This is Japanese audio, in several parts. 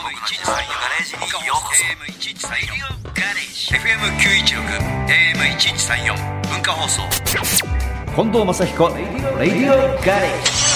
FM1134 文化放送近藤正彦レディオガレージ。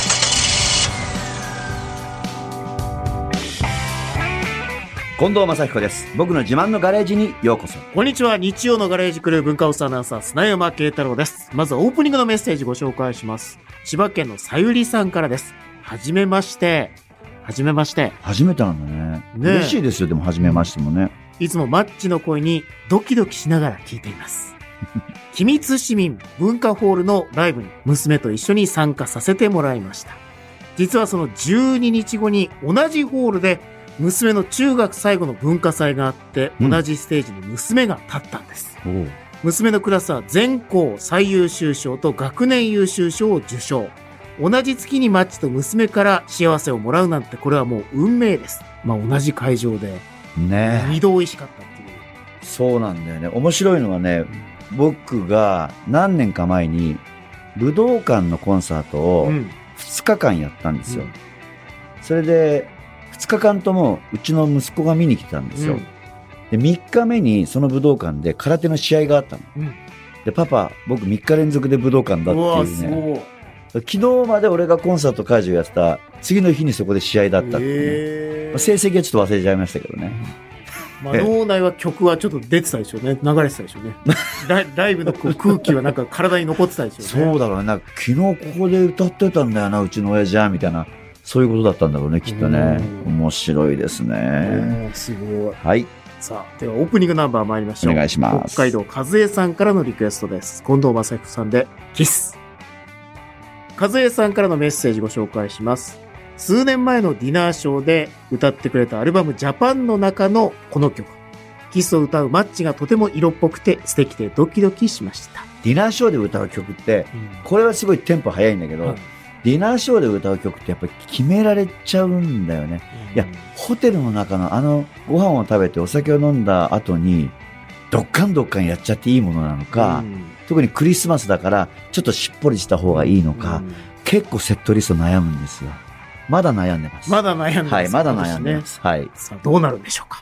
近藤正彦です。僕の自慢のガレージにようこそ。 こんにちは。日曜のガレージクルー文化放送アナウンサー砂山慶太郎です。まずはオープニングのメッセージご紹介します。千葉県のさゆりさんからです。はじめまして。初めてなんだね。嬉しいですよ。でも初めましてもね。いつもマッチの声にドキドキしながら聞いています。君津市民文化ホールのライブに娘と一緒に参加させてもらいました。実はその12日後に同じホールで娘の中学最後の文化祭があって、同じステージに娘が立ったんです。娘のクラスは全校最優秀賞と学年優秀賞を受賞。同じ月にマッチと娘から幸せをもらうなんて、これはもう運命です。同じ会場で二度美味しかったっていう。 そうなんだよね。面白いのはね、僕が何年か前に武道館のコンサートを2日間やったんですよ。それで2日間ともうちの息子が見に来てたんですよ。で3日目にその武道館で空手の試合があったの。でパパ、僕3日連続で武道館だっていうね。昨日まで俺がコンサート会場やってた次の日にそこで試合だったっていうね。成績はちょっと忘れちゃいましたけどね。 脳内は曲はちょっと出てたでしょうね。流れてたでしょうね。ライブの空気はなんか体に残ってたでしょうね。 そうだろうね。昨日ここで歌ってたんだよな、うちの親父はみたいな。そういうことだったんだろうね、きっとね。面白いですね。 すごい。 はい。 さあ、ではオープニングナンバー参りましょう。 お願いします。 北海道和江さんからのリクエストです。近藤正彦さんでキス。和江さんからのメッセージご紹介します。数年前のディナーショーで歌ってくれたアルバムジャパンの中のこの曲。キスを歌うマッチがとても色っぽくて素敵でドキドキしました。 ディナーショーで歌う曲って、これはすごいテンポ早いんだけど、ディナーショーで歌う曲ってやっぱり決められちゃうんだよね。いや、ホテルの中のご飯を食べてお酒を飲んだ後に、どっかんやっちゃっていいものなのか、特にクリスマスだからちょっとしっぽりした方がいいのか、結構セットリスト悩むんですよ。まだ悩んでます。 まだ悩んでます。 はい、まだ悩んでます。はい。 さあ、どうなるんでしょうか。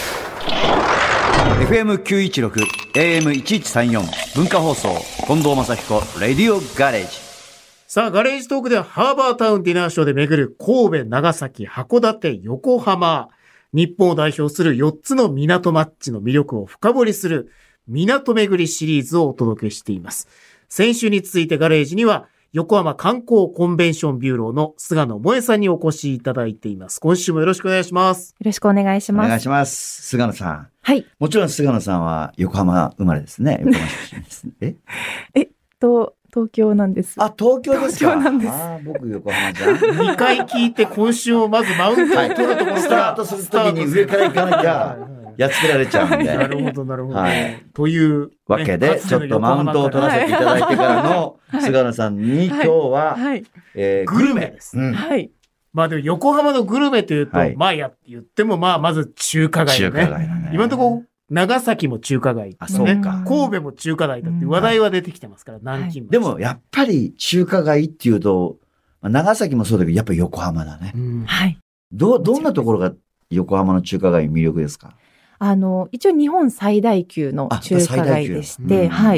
FM916 AM1134 文化放送近藤正彦レディオガレージ。 さあ、ガレージトークではハーバータウンディナーショーで巡る神戸、長崎、函館、横浜、日本を代表する4つの港マッチの魅力を深掘りする港巡りシリーズをお届けしています。先週に続いてガレージには横浜観光コンベンションビューローの菅野萌さんにお越しいただいています。今週もよろしくお願いします。 よろしくお願いします。 お願いします。菅野さん。 はい。 もちろん菅野さんは横浜生まれですね。横浜出身ですね。 東京なんです。 あ、東京ですか。 東京なんです。 僕横浜じゃん。 2回聞いて今週もまずマウントを取るところスタートするときに上から行かなきゃやっつけられちゃうんで。 なるほど、なるほど。 はい。 というわけで、ちょっとマウントを取らせていただいてからの菅野さんに今日は、 グルメです。 はい。 でも横浜のグルメというと、言ってもまず中華街ね。 中華街だね。 今のところ、長崎も中華街、 あ、そうか。 神戸も中華街だって話題は出てきてますから、南京も。 でもやっぱり中華街っていうと、長崎もそうだけど、やっぱり横浜だね。 はい。 どんなところが横浜の中華街魅力ですか？ 一応日本最大級の中華街でして、はい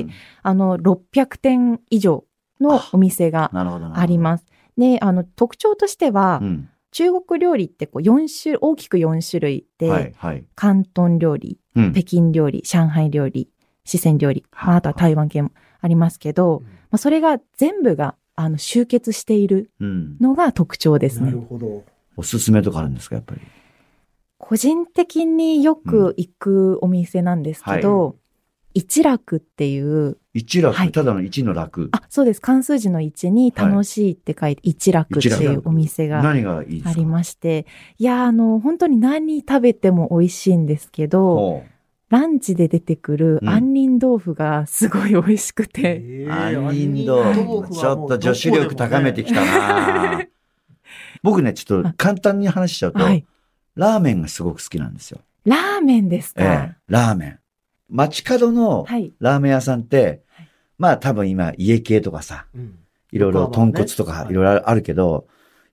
。600店以上のお店があります。で、特徴としては、中国料理って大きく4種類で、広東料理、北京料理、上海料理、四川料理、あとは台湾系もありますけど、それが全部が集結しているのが特徴ですね。 なるほど。 おすすめとかあるんですか、やっぱり。 個人的によく行くお店なんですけど、一楽っていう。 一楽、ただの一の楽。 あ、そうです。漢数字の一に楽しいって書いて、一楽っていうお店がありまして。いや、本当に何食べても美味しいんですけど、ランチで出てくる杏仁豆腐がすごい美味しくて。 杏仁豆腐。ちょっと女子力高めてきたな僕ね、ちょっと簡単に話しちゃうと、ラーメンがすごく好きなんですよ。 ラーメンですか？ ラーメン。街角のラーメン屋さんって、多分今家系とかさ、いろいろ豚骨とかいろいろあるけど、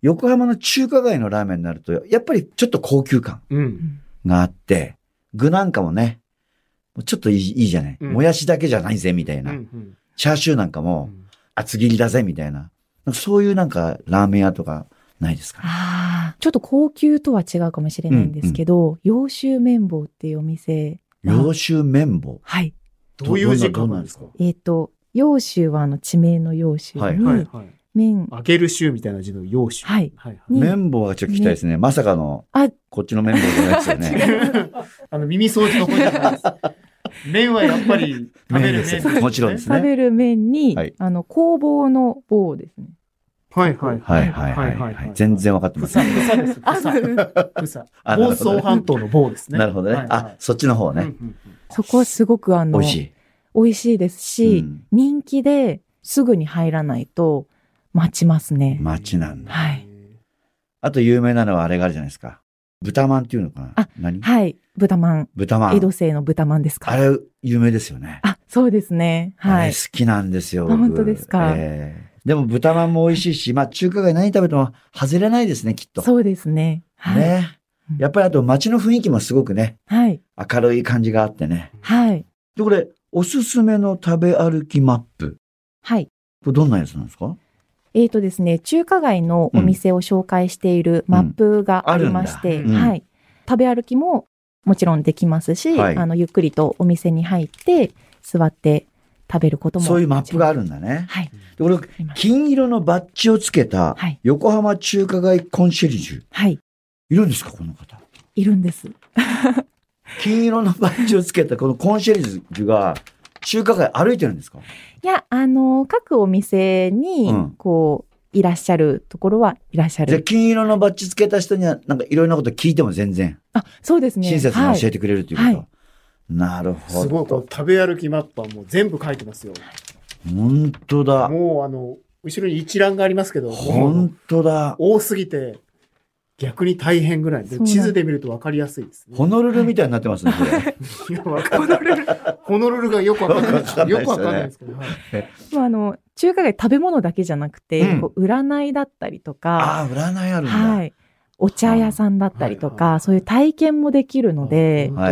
横浜の中華街のラーメンになると、やっぱりちょっと高級感があって、具なんかもね、ちょっといいじゃない。もやしだけじゃないぜ、みたいな。チャーシューなんかも厚切りだぜ、みたいな。そういうなんかラーメン屋とかないですかね。 ちょっと高級とは違うかもしれないんですけど、揚州綿棒っていうお店。 揚州綿棒？ はい。 どういう字書なんですか？ 揚州は地名の揚州に、 麺。揚げる州みたいな字の揚州。 はい。 綿棒はちょっと聞きたいですね。まさかの、こっちの綿棒じゃないですよね。 耳掃除の方じゃないです。麺はやっぱり食べる麺ですね。 もちろんですね。 食べる麺に、工房の棒ですね。 はい。 全然分かってます。 房です。房。房総半島の棒ですね。 なるほどね。そっちの方ね。 そこはすごく美味しいですし、人気ですぐに入らないと待ちますね。 待ちなんだ。 はい。 あと有名なのはあれがあるじゃないですか。豚まんっていうのかな。何？ はい。豚まん。江戸製の豚まんですか。 あれ有名ですよね。 そうですね。はい。 あれ好きなんですよ。 本当ですか。 でも豚まんも美味しいし、中華街何食べても外れないですね、きっと。 そうですね。 ね。やっぱりあと街の雰囲気もすごくね。 はい。 明るい感じがあってね。 はい。 で、これ、おすすめの食べ歩きマップ。 はい。 これどんなやつなんですか？ ですね、中華街のお店を紹介しているマップがありまして、はい。食べ歩きももちろんできますし、ゆっくりとお店に入って座って食べることも。 そういうマップがあるんだね。 はい。 で、これ、金色のバッジをつけた、横浜中華街コンシェルジュ。 はい。 いるんですか、この方。 いるんです。 金色のバッジをつけたこのコンシェルジュが、中華街歩いてるんですか？ いや、各お店に、いらっしゃるところはいらっしゃる。 じゃあ、金色のバッジつけた人には、なんかいろんなこと聞いても全然。 そうですね。 親切に教えてくれるということ。はい、なるほど。 すごい、食べ歩きマップはもう全部書いてますよ。 本当だ。 もう、後ろに一覧がありますけど。 本当だ。 多すぎて、逆に大変ぐらい。地図で見ると分かりやすいですね。 ホノルルみたいになってますね、これ。 いや、分かんない。ホノルルがよく分かんないです。よく分かんないですけど。 中華街食べ物だけじゃなくて、占いだったりとか。 占いあるんだ。 はい。お茶屋さんだったりとか、そういう体験もできるので。 はい。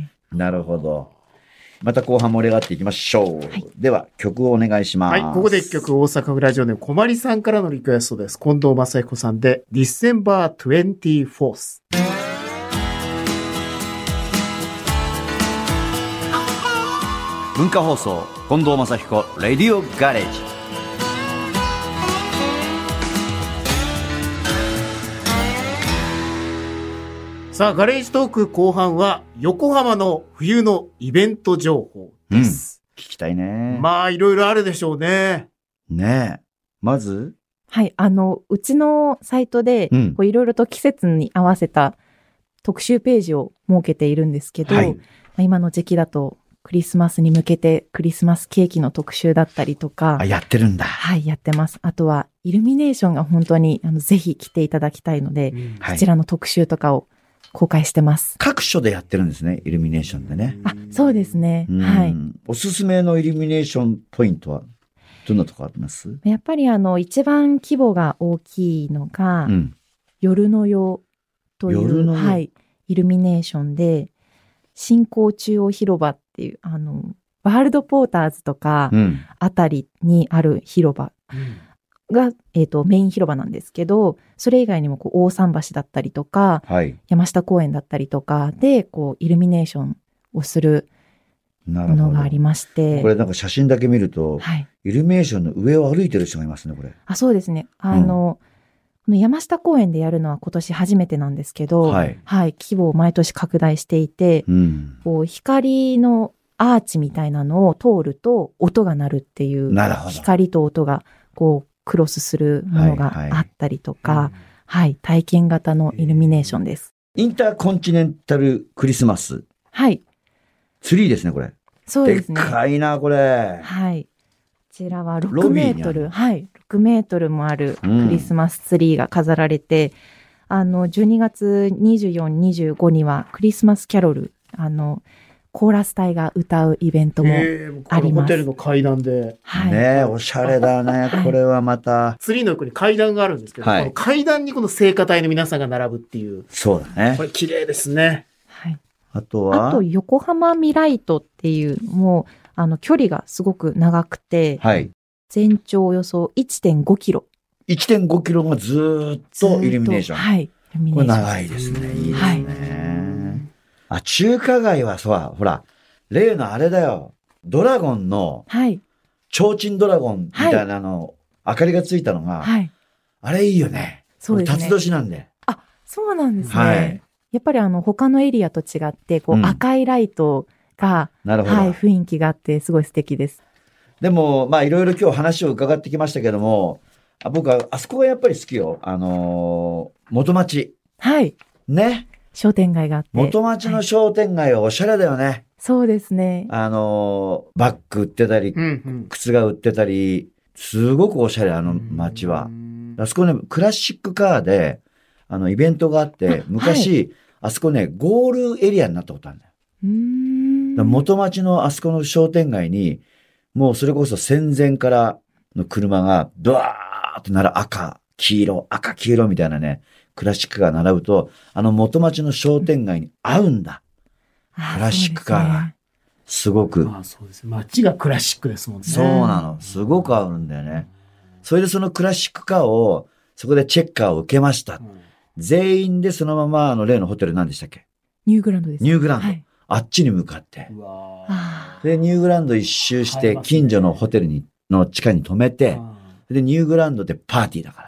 なるほど。また後半盛り上がっていきましょう。では、曲をお願いします。 はい、ここで一曲、大阪府ラジオネーム小まりさんからのリクエストです。近藤正彦さんで、December 24th。 文化放送、近藤正彦、レディオガレージ。 さあ、ガレージトーク後半は、横浜の冬のイベント情報です。 聞きたいね。 いろいろあるでしょうね。 ねえ。まず？ はい、うちのサイトで、いろいろと季節に合わせた特集ページを設けているんですけど、今の時期だと、クリスマスに向けてクリスマスケーキの特集だったりとか。 やってるんだ。 はい、やってます。あとは、イルミネーションが本当に、ぜひ来ていただきたいので、そちらの特集とかを公開してます。 各所でやってるんですね、イルミネーションでね。 そうですね。はい。 おすすめのイルミネーションポイントはどんなとこあります？ やっぱり一番規模が大きいのが、夜の夜という、はい、イルミネーションで、新興中央広場っていう、ワールドポーターズとか、あたりにある広場が、メイン広場なんですけど、それ以外にも大桟橋だったりとか、山下公園だったりとかで、イルミネーションをするものがありまして。 これなんか写真だけ見ると、イルミネーションの上を歩いてる人がいますね、これ。 そうですね。山下公園でやるのは今年初めてなんですけど、規模を毎年拡大していて、光のアーチみたいなのを通ると音が鳴るっていう、光と音がクロスするものがあったりとか、体験型のイルミネーションです。 インターコンチネンタルクリスマス。ツリーですね、これ。 そうですね。 でっかいな、これ。 こちらは6メートル、6メートルもあるクリスマスツリーが飾られて、12月24、25にはクリスマスキャロル、 コーラス隊が歌うイベントもあります。 ホテルの階段で。 はい、ね、おしゃれだね。これはまた。 ツリーの横に階段があるんですけど、この階段にこの聖歌隊の皆さんが並ぶっていう。 そうだね。 これ綺麗ですね。 はい。 あと横浜ミライトっていうのも、距離がすごく長くて、 はい。 全長およそ 1.5 キロ。 1.5 キロがずーっとイルミネーション。 はい。 これ長いですね。いいですね。はい、中華街はさ、ほら、例のあれだよ。ドラゴンの、 はい。 提灯ドラゴンみたいな明かりがついたのが、 はい。 あれいいよね。 そうですね。 辰年なんで。 あ、そうなんですね。 はい。 やっぱり他のエリアと違って、赤いライトが、 なるほど。 はい、雰囲気があって、すごい素敵です。 でも、まあ、いろいろ今日話を伺ってきましたけども、僕は、あそこがやっぱり好きよ。元町。 はい。 ね。 商店街があって。 元町の商店街はおしゃれだよね。はい、 そうですね。 バッグ売ってたり、靴が売ってたり、すごくおしゃれ、街は。あそこね、クラシックカーで、イベントがあって、昔、はい、あそこね、ゴールエリアになったことあるんだよ。元町のあそこの商店街に、もうそれこそ戦前からの車が、ドワーッとなる赤、黄色みたいなね、クラシックが並ぶと、元町の商店街に合うんだ。クラシックカーが。すごく。 まあそうです。街がクラシックですもんね。 そうなの。すごく合うんだよね。それでそのクラシックカーを、そこでチェッカーを受けました。全員でそのまま例のホテル何でしたっけ？ ニューグランドです。 ニューグランド。はい、あっちに向かって。で、ニューグランド一周して、近所のホテルの地下に泊めて、で、ニューグランドでパーティーだから。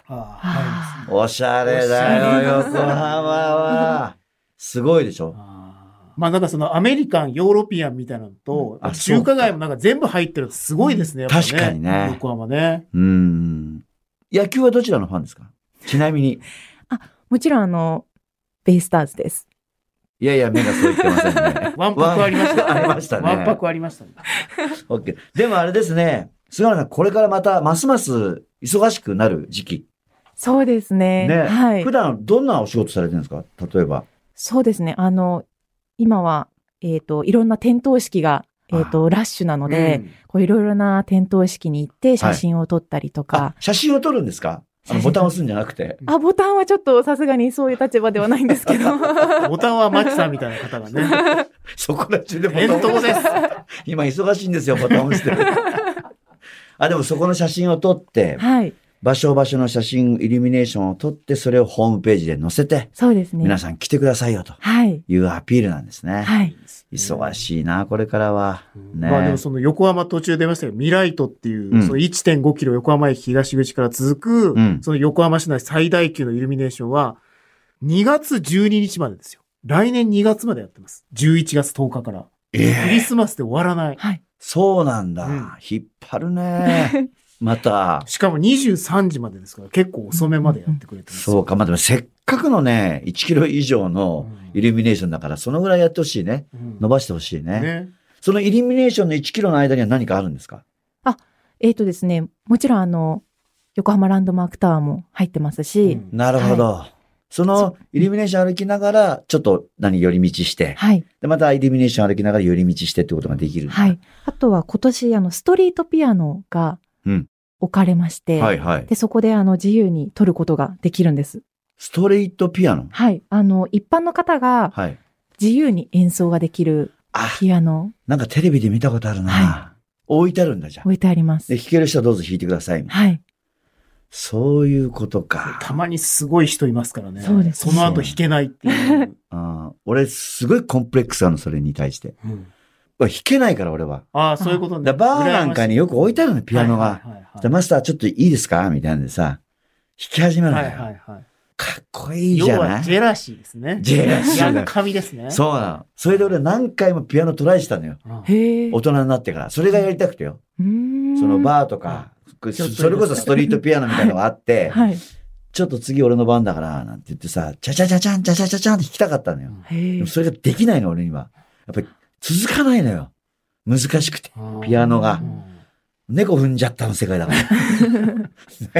おしゃれだよ、横浜は。すごいでしょ？ まあなんかそのアメリカン、ヨーロピアンみたいなのと、中華街もなんか全部入ってるとすごいですね、やっぱね。 確かにね。 横浜ね。 野球はどちらのファンですか？ちなみに。 もちろんベイスターズです。 いやいや、目がそう言ってませんね。 ワンパクありました。 ありましたね。 ワンパクありましたね。 OK。でもあれですね、菅原さん、これからまたますます忙しくなる時期。 そうですね。 ね。 はい。 普段どんなお仕事されてるんですか？例えば。 そうですね。今は、いろんな点灯式が、ラッシュなので、いろいろな点灯式に行って写真を撮ったりとか。 写真を撮るんですか？ボタンを押すんじゃなくて。 ボタンはちょっとさすがにそういう立場ではないんですけど。 ボタンはマキさんみたいな方がね。 そこら中でボタンを押す。 今忙しいんですよ、ボタンを押して。でもそこの写真を撮って、 はい。場所の写真、イルミネーションを撮って、それをホームページで載せて、 そうですね。 皆さん来てくださいよと。 はい。 いうアピールなんですね。 はい。 忙しいな、これからは。ね。 まあでもその横浜途中出ましたけど、ミライトっていう、その 1.5 キロ横浜駅東口から続く、その横浜市内最大級のイルミネーションは、2月12日までですよ。来年2月までやってます。11月10日から。クリスマスで終わらない。 はい。 そうなんだ。引っ張るね。また。 しかも23時までですから、結構遅めまでやってくれてます。 そうか。まあでもせっかくのね、1キロ以上のイルミネーションだから、そのぐらいやってほしいね。伸ばしてほしいね。そのイルミネーションの1キロの間には何かあるんですか？ ですね、もちろん横浜ランドマークタワーも入ってますし。 なるほど。はい、そのイルミネーション歩きながら、ちょっと寄り道して。 はい。 で、またイルミネーション歩きながら寄り道してってことができる。 はい。あとは今年、ストリートピアノが、置かれまして、 はいはい。 で、そこで自由に撮ることができるんです。 ストリートピアノ？ はい。一般の方が、自由に演奏ができるピアノ。 なんかテレビで見たことあるな。はい。置いてあるんだじゃん。 置いてあります。 で、弾ける人はどうぞ弾いてください。 はい。 そういうことか。 たまにすごい人いますからね。 そうです。 その後弾けないっていう。 俺、すごいコンプレックスあるの、それに対して。弾けないから、俺は。 そういうことね。 バーなんかによく置いてあるの、ピアノが。マスターちょっといいですかみたいなんでさ、弾き始めるんだよ。かっこいいじゃない？ 要はジェラシーですね。 ジェラシー。 やんかみですね。 そうなの。それで俺何回もピアノトライしたのよ。大人になってから。それがやりたくてよ。そのバーとか、それこそストリートピアノみたいなのがあって、ちょっと次俺の番だから、なんて言ってさ、チャチャチャチャン、チャチャチャチャンって弾きたかったのよ。でもそれができないの、俺には。やっぱり続かないのよ。難しくて。ピアノが。猫踏んじゃったの世界だから。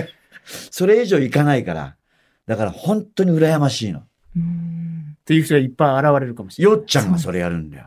それ以上いかないから。だから本当に羨ましいの。 っていう人がいっぱい現れるかもしれない。 よっちゃんがそれやるんだよ。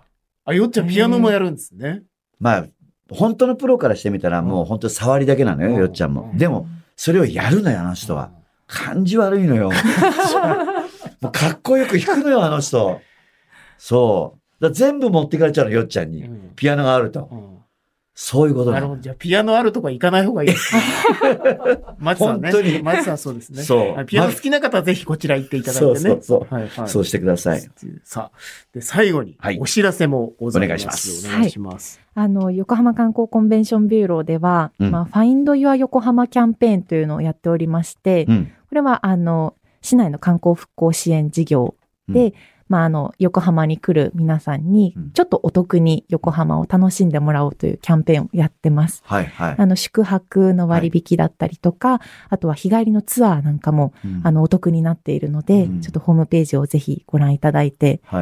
よっちゃんピアノもやるんですね。 まあ、本当のプロからしてみたらもう本当触りだけなのよ、よっちゃんも。でも、それをやるのよ、あの人は。感じ悪いのよ。もうかっこよく弾くのよ、あの人。そう。だ全部持ってかれちゃうの、よっちゃんに。ピアノがあると。そういうことなるほど。じゃあ、ピアノあるとか行かない方がいいですね。松さんね。本当に。松さんそうですね。そう。ピアノ好きな方はぜひこちら行っていただいてね。 そう。はいはい。そうしてください。 さあ、で、最後に、お知らせもございます。お願いします。 横浜観光コンベンションビューローでは、Find Your 横浜キャンペーンというのをやっておりまして、これは、市内の観光復興支援事業で、横浜に来る皆さんに、ちょっとお得に横浜を楽しんでもらおうというキャンペーンをやってます。はいはい。宿泊の割引だったりとか、あとは日帰りのツアーなんかも、お得になっているので、ちょっとホームページをぜひご覧いただいて、はい。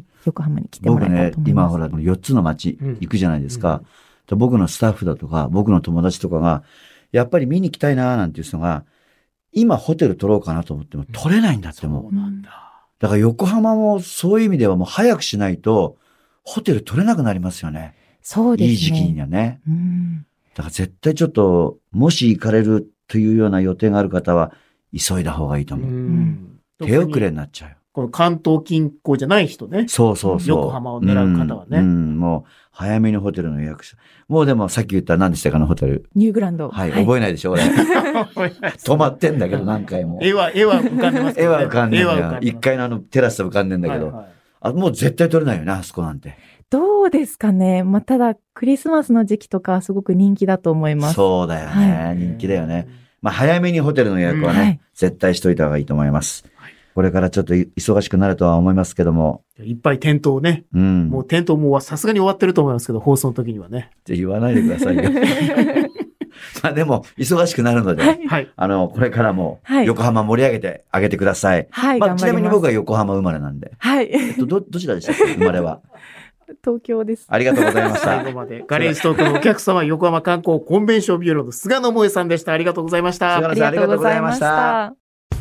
横浜に来てもらえたらと思います。 僕ね、今ほら、4つの街行くじゃないですか。僕のスタッフだとか、僕の友達とかが、やっぱり見に行きたいなーなんていう人が、今ホテル取ろうかなと思っても取れないんだってもう。そうなんだ。だから横浜もそういう意味ではもう早くしないとホテル取れなくなりますよね。 そうですね。 いい時期にはね。だから絶対ちょっともし行かれるというような予定がある方は急いだ方がいいと思う。手遅れになっちゃうよ。 この関東近郊じゃない人ね。 そうそうそう。 横浜を狙う方はね。 もう早めにホテルの予約者。もうでもさっき言った何でしたかのホテル。 ニューグランド。 はい。覚えないでしょ俺。泊まってんだけど何回も。 絵は浮かんでますね。 絵は浮かんでる。1階のテラスで浮かんでんだけど。もう絶対取れないよね、あそこなんて。 どうですかね。ただクリスマスの時期とかはすごく人気だと思います。 そうだよね。人気だよね。早めにホテルの予約はね、絶対しといた方がいいと思います。これからちょっと忙しくなるとは思いますけども。 いっぱい店頭ね。もう店頭もさすがに終わってると思いますけど、放送の時にはね。 って言わないでくださいよ。でも、忙しくなるので、これからも横浜盛り上げてあげてください。はい。ちなみに僕は横浜生まれなんで。はい。どちらでしたっけ生まれは。 東京です。 ありがとうございました。 最後まで。ガレージトークのお客様、横浜観光コンベンションビューローの菅野萌さんでした。ありがとうございました。 菅野さん、ありがとうございました。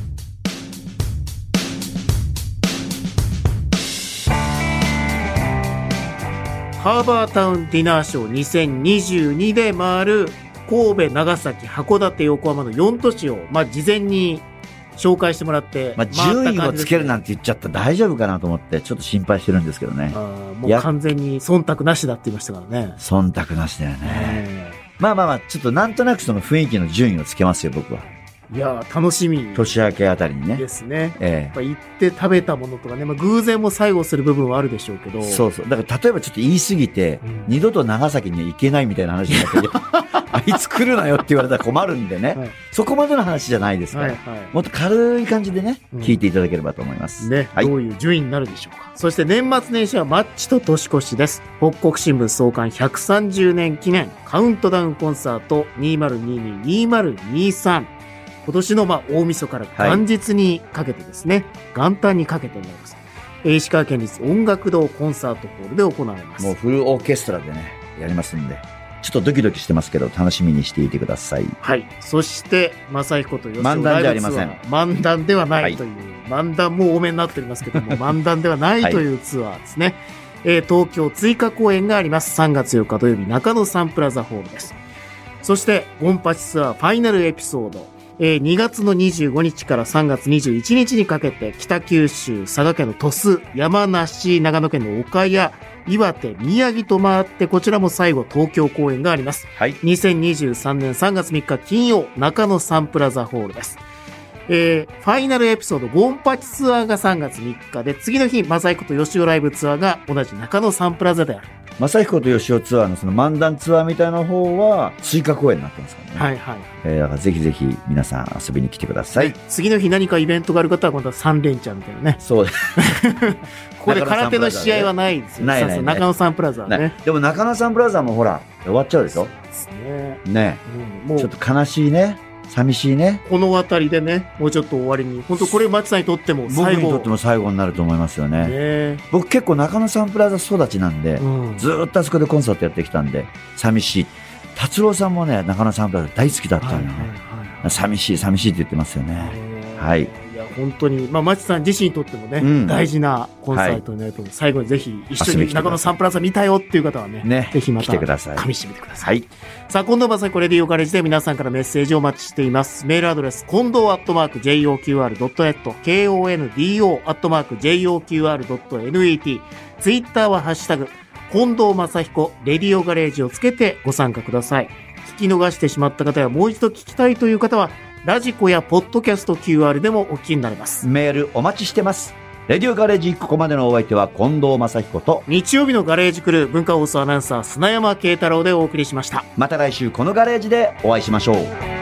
ハーバータウンディナーショー2022で回る神戸、長崎、函館、横浜の4都市を、事前に紹介してもらって。 順位をつけるなんて言っちゃったら大丈夫かなと思って、ちょっと心配してるんですけどね。 もう完全に忖度なしだって言いましたからね。 忖度なしだよね。ちょっとなんとなくその雰囲気の順位をつけますよ、僕は。 いや楽しみ。 年明けあたりにね。 ですね。行って食べたものとかね、偶然も作用する部分はあるでしょうけど。 そうそう。だから例えばちょっと言い過ぎて、二度と長崎には行けないみたいな話になって、あいつ来るなよって言われたら困るんでね。そこまでの話じゃないですから。もっと軽い感じでね、聞いていただければと思います。 ね。どういう順位になるでしょうか。そして年末年始はマッチと年越しです。北国新聞創刊130年記念カウントダウンコンサート2022-2023。今年の大晦日から元日にかけてですね、元旦にかけてになります。石川県立音楽堂コンサートホールで行われます。 もうフルオーケストラでね、やりますんで、ちょっとドキドキしてますけど、楽しみにしていてください。 はい。そして、正彦と吉尾漫談じゃありません。 漫談ではないという、漫談も多めになっておりますけども、漫談ではないというツアーですね。東京追加公演があります。3月4日土曜日、中野サンプラザホールです。そして、ゴンパチツアーファイナルエピソード。2月の25日から3月21日にかけて北九州、佐賀県の鳥栖、山梨、長野県の岡谷、岩手、宮城と回ってこちらも最後東京公演があります。はい。2023年3月3日金曜、中野サンプラザホールです。ファイナルエピソードゴンパチツアーが3月3日で、次の日、正彦と吉尾ライブツアーが同じ中野サンプラザである。 正彦と吉尾ツアーのその漫談ツアーみたいな方は追加公演になってますからね。はいはい。だからぜひぜひ皆さん遊びに来てください。 次の日何かイベントがある方は今度は3連チャンみたいなね。 そうです。 ここで空手の試合はないですよ。ない。中野サンプラザね。 でも中野サンプラザもほら、終わっちゃうでしょ。そうですね。ね。もうちょっと悲しいね。寂しいね。 このあたりでね、もうちょっと終わりに。本当これ松さんにとっても最後。僕にとっても最後になると思いますよね。僕結構中野サンプラザ育ちなんで、ずーっとあそこでコンサートやってきたんで、寂しい。達郎さんもね、中野サンプラザ大好きだったのよね。寂しいって言ってますよね。はい。いや、 本当に、マチさん自身にとってもね、大事なコンサートになると思う、最後にぜひ一緒に中野サンプラザ見たよっていう方はね、ぜひまた来てください。 加味してみてください。さあ、近藤正彦レディオガレージで皆さんからメッセージをお待ちしています。メールアドレス、近藤@joqr.net、kondo@joqr.net、ツイッターはハッシュタグ、近藤正彦レディオガレージをつけてご参加ください。聞き逃してしまった方やもう一度聞きたいという方は、ラジコやポッドキャスト QR でもお聞きになれます。 メールお待ちしてます。レディオガレージ、ここまでのお相手は近藤正彦と、 日曜日のガレージクルー文化放送アナウンサー砂山慶太郎でお送りしました。 また来週このガレージでお会いしましょう。